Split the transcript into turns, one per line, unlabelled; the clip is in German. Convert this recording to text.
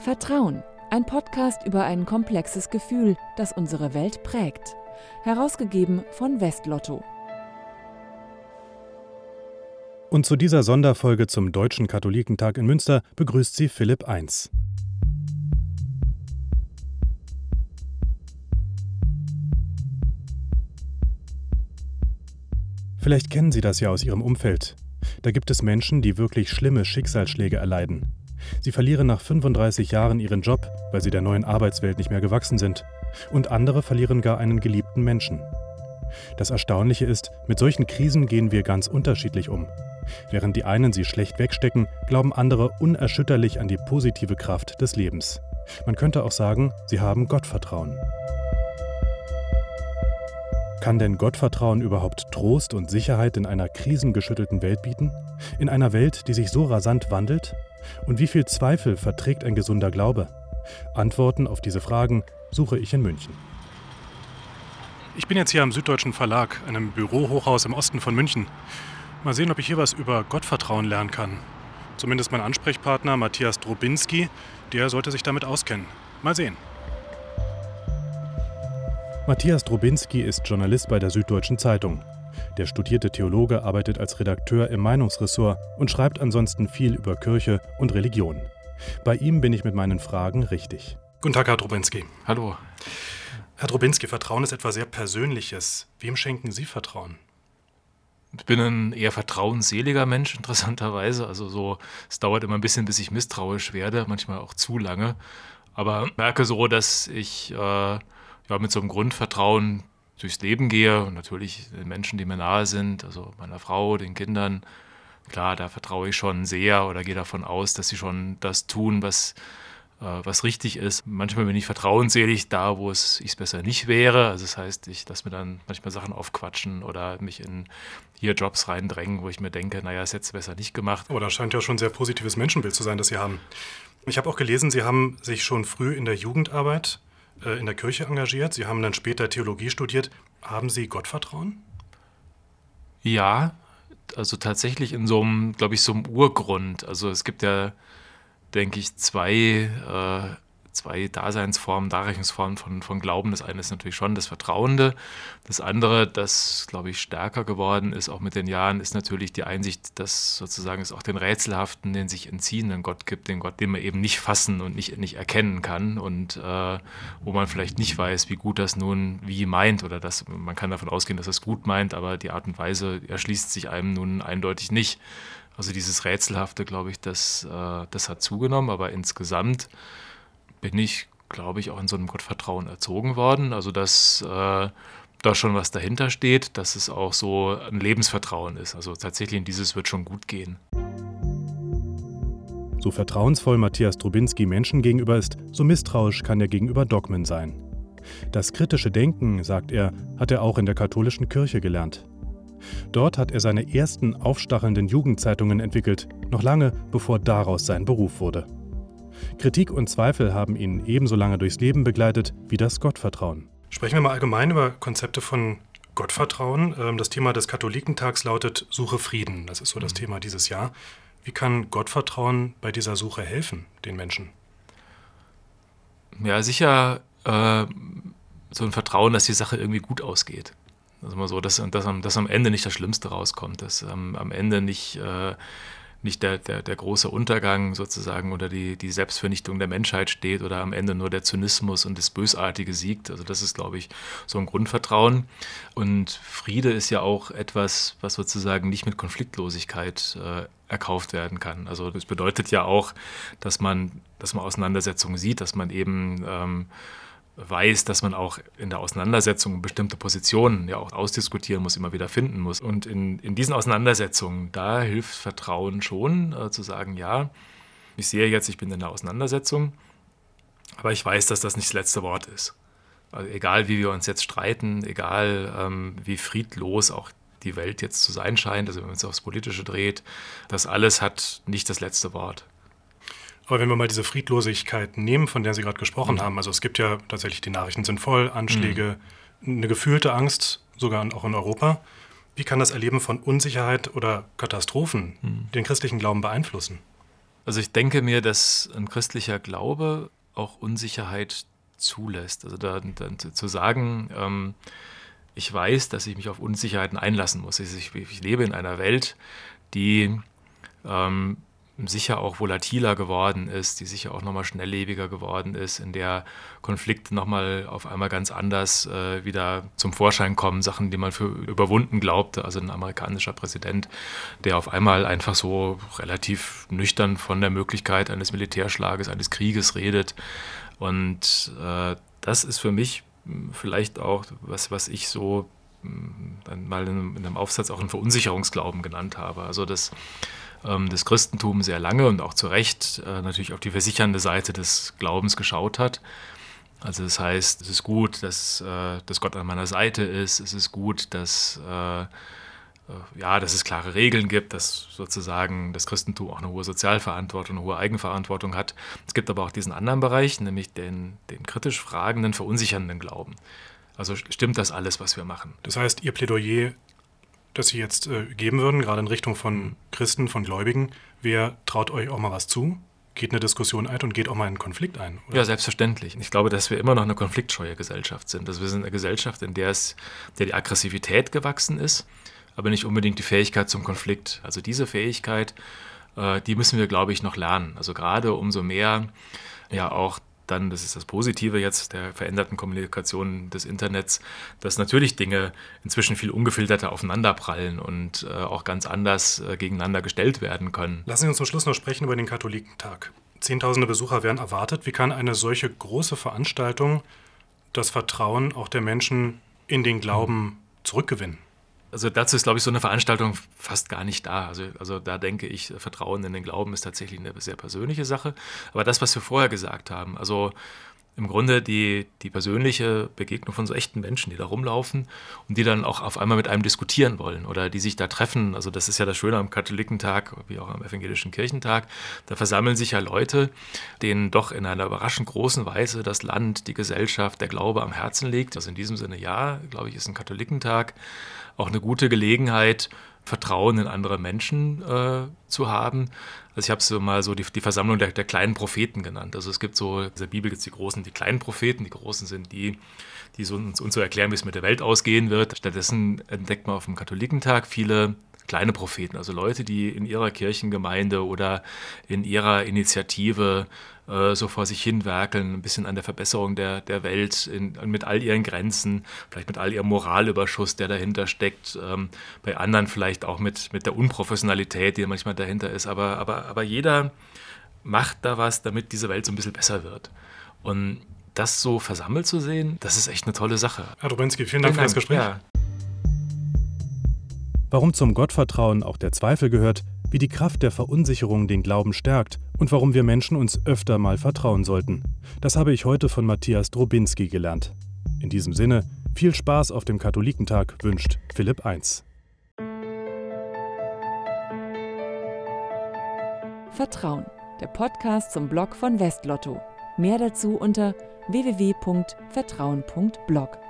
Vertrauen, ein Podcast über ein komplexes Gefühl, das unsere Welt prägt. Herausgegeben von Westlotto.
Und zu dieser Sonderfolge zum Deutschen Katholikentag in Münster begrüßt sie Philipp Eins. Vielleicht kennen Sie das ja aus Ihrem Umfeld. Da gibt es Menschen, die wirklich schlimme Schicksalsschläge erleiden. Sie verlieren nach 35 Jahren ihren Job, weil sie der neuen Arbeitswelt nicht mehr gewachsen sind. Und andere verlieren gar einen geliebten Menschen. Das Erstaunliche ist, mit solchen Krisen gehen wir ganz unterschiedlich um. Während die einen sie schlecht wegstecken, glauben andere unerschütterlich an die positive Kraft des Lebens. Man könnte auch sagen, sie haben Gottvertrauen. Kann denn Gottvertrauen überhaupt Trost und Sicherheit in einer krisengeschüttelten Welt bieten? In einer Welt, die sich so rasant wandelt? Und wie viel Zweifel verträgt ein gesunder Glaube? Antworten auf diese Fragen suche ich in München. Ich bin jetzt hier am Süddeutschen Verlag, einem Bürohochhaus im Osten von München. Mal sehen, ob ich hier was über Gottvertrauen lernen kann. Zumindest mein Ansprechpartner Matthias Drobinski, der sollte sich damit auskennen. Mal sehen. Matthias Drobinski ist Journalist bei der Süddeutschen Zeitung. Der studierte Theologe arbeitet als Redakteur im Meinungsressort und schreibt ansonsten viel über Kirche und Religion. Bei ihm bin ich mit meinen Fragen richtig. Guten Tag, Herr Drobinski.
Hallo.
Herr Drobinski, Vertrauen ist etwas sehr Persönliches. Wem schenken Sie Vertrauen?
Ich bin ein eher vertrauensseliger Mensch, interessanterweise. Es dauert immer ein bisschen, bis ich misstrauisch werde, manchmal auch zu lange. Aber merke so, dass ich mit so einem Grundvertrauen durchs Leben gehe und natürlich den Menschen, die mir nahe sind, also meiner Frau, den Kindern. Klar, da vertraue ich schon sehr oder gehe davon aus, dass sie schon das tun, was richtig ist. Manchmal bin ich vertrauensselig da, wo ich es besser nicht wäre. Also das heißt, ich lasse mir dann manchmal Sachen aufquatschen oder mich in hier Jobs reindrängen, wo ich mir denke, naja, ist jetzt besser nicht gemacht.
Aber das scheint ja schon ein sehr positives Menschenbild zu sein, das Sie haben. Ich habe auch gelesen, Sie haben sich schon früh in der Jugendarbeit in der Kirche engagiert. Sie haben dann später Theologie studiert. Haben Sie Gottvertrauen?
Ja, also tatsächlich in so einem Urgrund. Also es gibt ja, denke ich, zwei Daseinsformen, Darreichungsformen von Glauben. Das eine ist natürlich schon das Vertrauende. Das andere, das, glaube ich, stärker geworden ist, auch mit den Jahren, ist natürlich die Einsicht, dass sozusagen es auch den rätselhaften, den sich entziehenden Gott gibt, den Gott, den man eben nicht fassen und nicht erkennen kann und wo man vielleicht nicht weiß, wie gut das nun wie meint oder dass man kann davon ausgehen, dass es gut meint, aber die Art und Weise erschließt sich einem nun eindeutig nicht. Also dieses Rätselhafte, glaube ich, das hat zugenommen, aber insgesamt bin ich, glaube ich, auch in so einem Gottvertrauen erzogen worden. Also dass da schon was dahinter steht, dass es auch so ein Lebensvertrauen ist. Also tatsächlich in dieses wird schon gut gehen.
So vertrauensvoll Matthias Drobinski Menschen gegenüber ist, so misstrauisch kann er gegenüber Dogmen sein. Das kritische Denken, sagt er, hat er auch in der katholischen Kirche gelernt. Dort hat er seine ersten aufstachelnden Jugendzeitungen entwickelt, noch lange bevor daraus sein Beruf wurde. Kritik und Zweifel haben ihn ebenso lange durchs Leben begleitet wie das Gottvertrauen. Sprechen wir mal allgemein über Konzepte von Gottvertrauen. Das Thema des Katholikentags lautet Suche Frieden. Das ist so das Thema dieses Jahr. Wie kann Gottvertrauen bei dieser Suche helfen, den Menschen?
Ja, sicher so ein Vertrauen, dass die Sache irgendwie gut ausgeht. Also mal so, dass am Ende nicht das Schlimmste rauskommt, dass am Ende nicht der große Untergang sozusagen oder die Selbstvernichtung der Menschheit steht oder am Ende nur der Zynismus und das Bösartige siegt. Also das ist, glaube ich, so ein Grundvertrauen. Und Friede ist ja auch etwas, was sozusagen nicht mit Konfliktlosigkeit erkauft werden kann. Also das bedeutet ja auch, dass man Auseinandersetzungen sieht, dass man eben weiß, dass man auch in der Auseinandersetzung bestimmte Positionen ja auch ausdiskutieren muss, immer wieder finden muss. Und in diesen Auseinandersetzungen, da hilft Vertrauen schon, zu sagen, ja, ich sehe jetzt, ich bin in der Auseinandersetzung, aber ich weiß, dass das nicht das letzte Wort ist. Also egal, wie wir uns jetzt streiten, egal, wie friedlos auch die Welt jetzt zu sein scheint, also wenn man es aufs Politische dreht, das alles hat nicht das letzte Wort.
Aber wenn wir mal diese Friedlosigkeit nehmen, von der Sie gerade gesprochen haben, also es gibt ja tatsächlich, die Nachrichten sind voll, Anschläge, eine gefühlte Angst, sogar auch in Europa. Wie kann das Erleben von Unsicherheit oder Katastrophen den christlichen Glauben beeinflussen?
Also ich denke mir, dass ein christlicher Glaube auch Unsicherheit zulässt. Also dann zu sagen, ich weiß, dass ich mich auf Unsicherheiten einlassen muss. Ich lebe in einer Welt, die sicher auch volatiler geworden ist, die sicher auch nochmal schnelllebiger geworden ist, in der Konflikte nochmal auf einmal ganz anders wieder zum Vorschein kommen, Sachen, die man für überwunden glaubte. Also ein amerikanischer Präsident, der auf einmal einfach so relativ nüchtern von der Möglichkeit eines Militärschlages, eines Krieges redet. Und das ist für mich vielleicht auch was ich so dann mal in einem Aufsatz auch einen Verunsicherungsglauben genannt habe. Also das Christentum sehr lange und auch zu Recht natürlich auf die versichernde Seite des Glaubens geschaut hat. Also das heißt, es ist gut, dass Gott an meiner Seite ist. Es ist gut, dass es klare Regeln gibt, dass sozusagen das Christentum auch eine hohe Sozialverantwortung, eine hohe Eigenverantwortung hat. Es gibt aber auch diesen anderen Bereich, nämlich den kritisch fragenden, verunsichernden Glauben. Also stimmt das alles, was wir machen?
Das heißt, Ihr Plädoyer, das Sie jetzt geben würden, gerade in Richtung von Christen, von Gläubigen, wer traut euch auch mal was zu? Geht eine Diskussion ein und geht auch mal in einen Konflikt ein? Oder?
Ja, selbstverständlich. Ich glaube, dass wir immer noch eine konfliktscheue Gesellschaft sind. Also wir sind eine Gesellschaft, in der die Aggressivität gewachsen ist, aber nicht unbedingt die Fähigkeit zum Konflikt. Also diese Fähigkeit, die müssen wir, glaube ich, noch lernen. Also gerade umso mehr ja auch dann, das ist das Positive jetzt der veränderten Kommunikation des Internets, dass natürlich Dinge inzwischen viel ungefilterter aufeinanderprallen und auch ganz anders gegeneinander gestellt werden können.
Lassen Sie uns zum Schluss noch sprechen über den Katholikentag. Zehntausende Besucher werden erwartet. Wie kann eine solche große Veranstaltung das Vertrauen auch der Menschen in den Glauben zurückgewinnen?
Also dazu ist, glaube ich, so eine Veranstaltung fast gar nicht da. Also da denke ich, Vertrauen in den Glauben ist tatsächlich eine sehr persönliche Sache. Aber das, was wir vorher gesagt haben, also im Grunde die persönliche Begegnung von so echten Menschen, die da rumlaufen und die dann auch auf einmal mit einem diskutieren wollen oder die sich da treffen. Also das ist ja das Schöne am Katholikentag, wie auch am Evangelischen Kirchentag. Da versammeln sich ja Leute, denen doch in einer überraschend großen Weise das Land, die Gesellschaft, der Glaube am Herzen liegt. Also in diesem Sinne, ja, glaube ich, ist ein Katholikentag auch eine gute Gelegenheit, Vertrauen in andere Menschen zu haben. Also ich habe so mal so die Versammlung der kleinen Propheten genannt. Also es gibt so, in der Bibel gibt es die Großen, die kleinen Propheten. Die Großen sind die so uns so erklären, wie es mit der Welt ausgehen wird. Stattdessen entdeckt man auf dem Katholikentag viele kleine Propheten, also Leute, die in ihrer Kirchengemeinde oder in ihrer Initiative so vor sich hin werkeln, ein bisschen an der Verbesserung der Welt mit all ihren Grenzen, vielleicht mit all ihrem Moralüberschuss, der dahinter steckt, bei anderen vielleicht auch mit der Unprofessionalität, die manchmal dahinter ist, aber jeder macht da was, damit diese Welt so ein bisschen besser wird. Und das so versammelt zu sehen, das ist echt eine tolle Sache.
Herr Drobinski, vielen Dank für das Gespräch.
Ja.
Warum zum Gottvertrauen auch der Zweifel gehört, wie die Kraft der Verunsicherung den Glauben stärkt und warum wir Menschen uns öfter mal vertrauen sollten. Das habe ich heute von Matthias Drobinski gelernt. In diesem Sinne, viel Spaß auf dem Katholikentag wünscht Philipp 1.
Vertrauen, der Podcast zum Blog von Westlotto. Mehr dazu unter www.vertrauen.blog.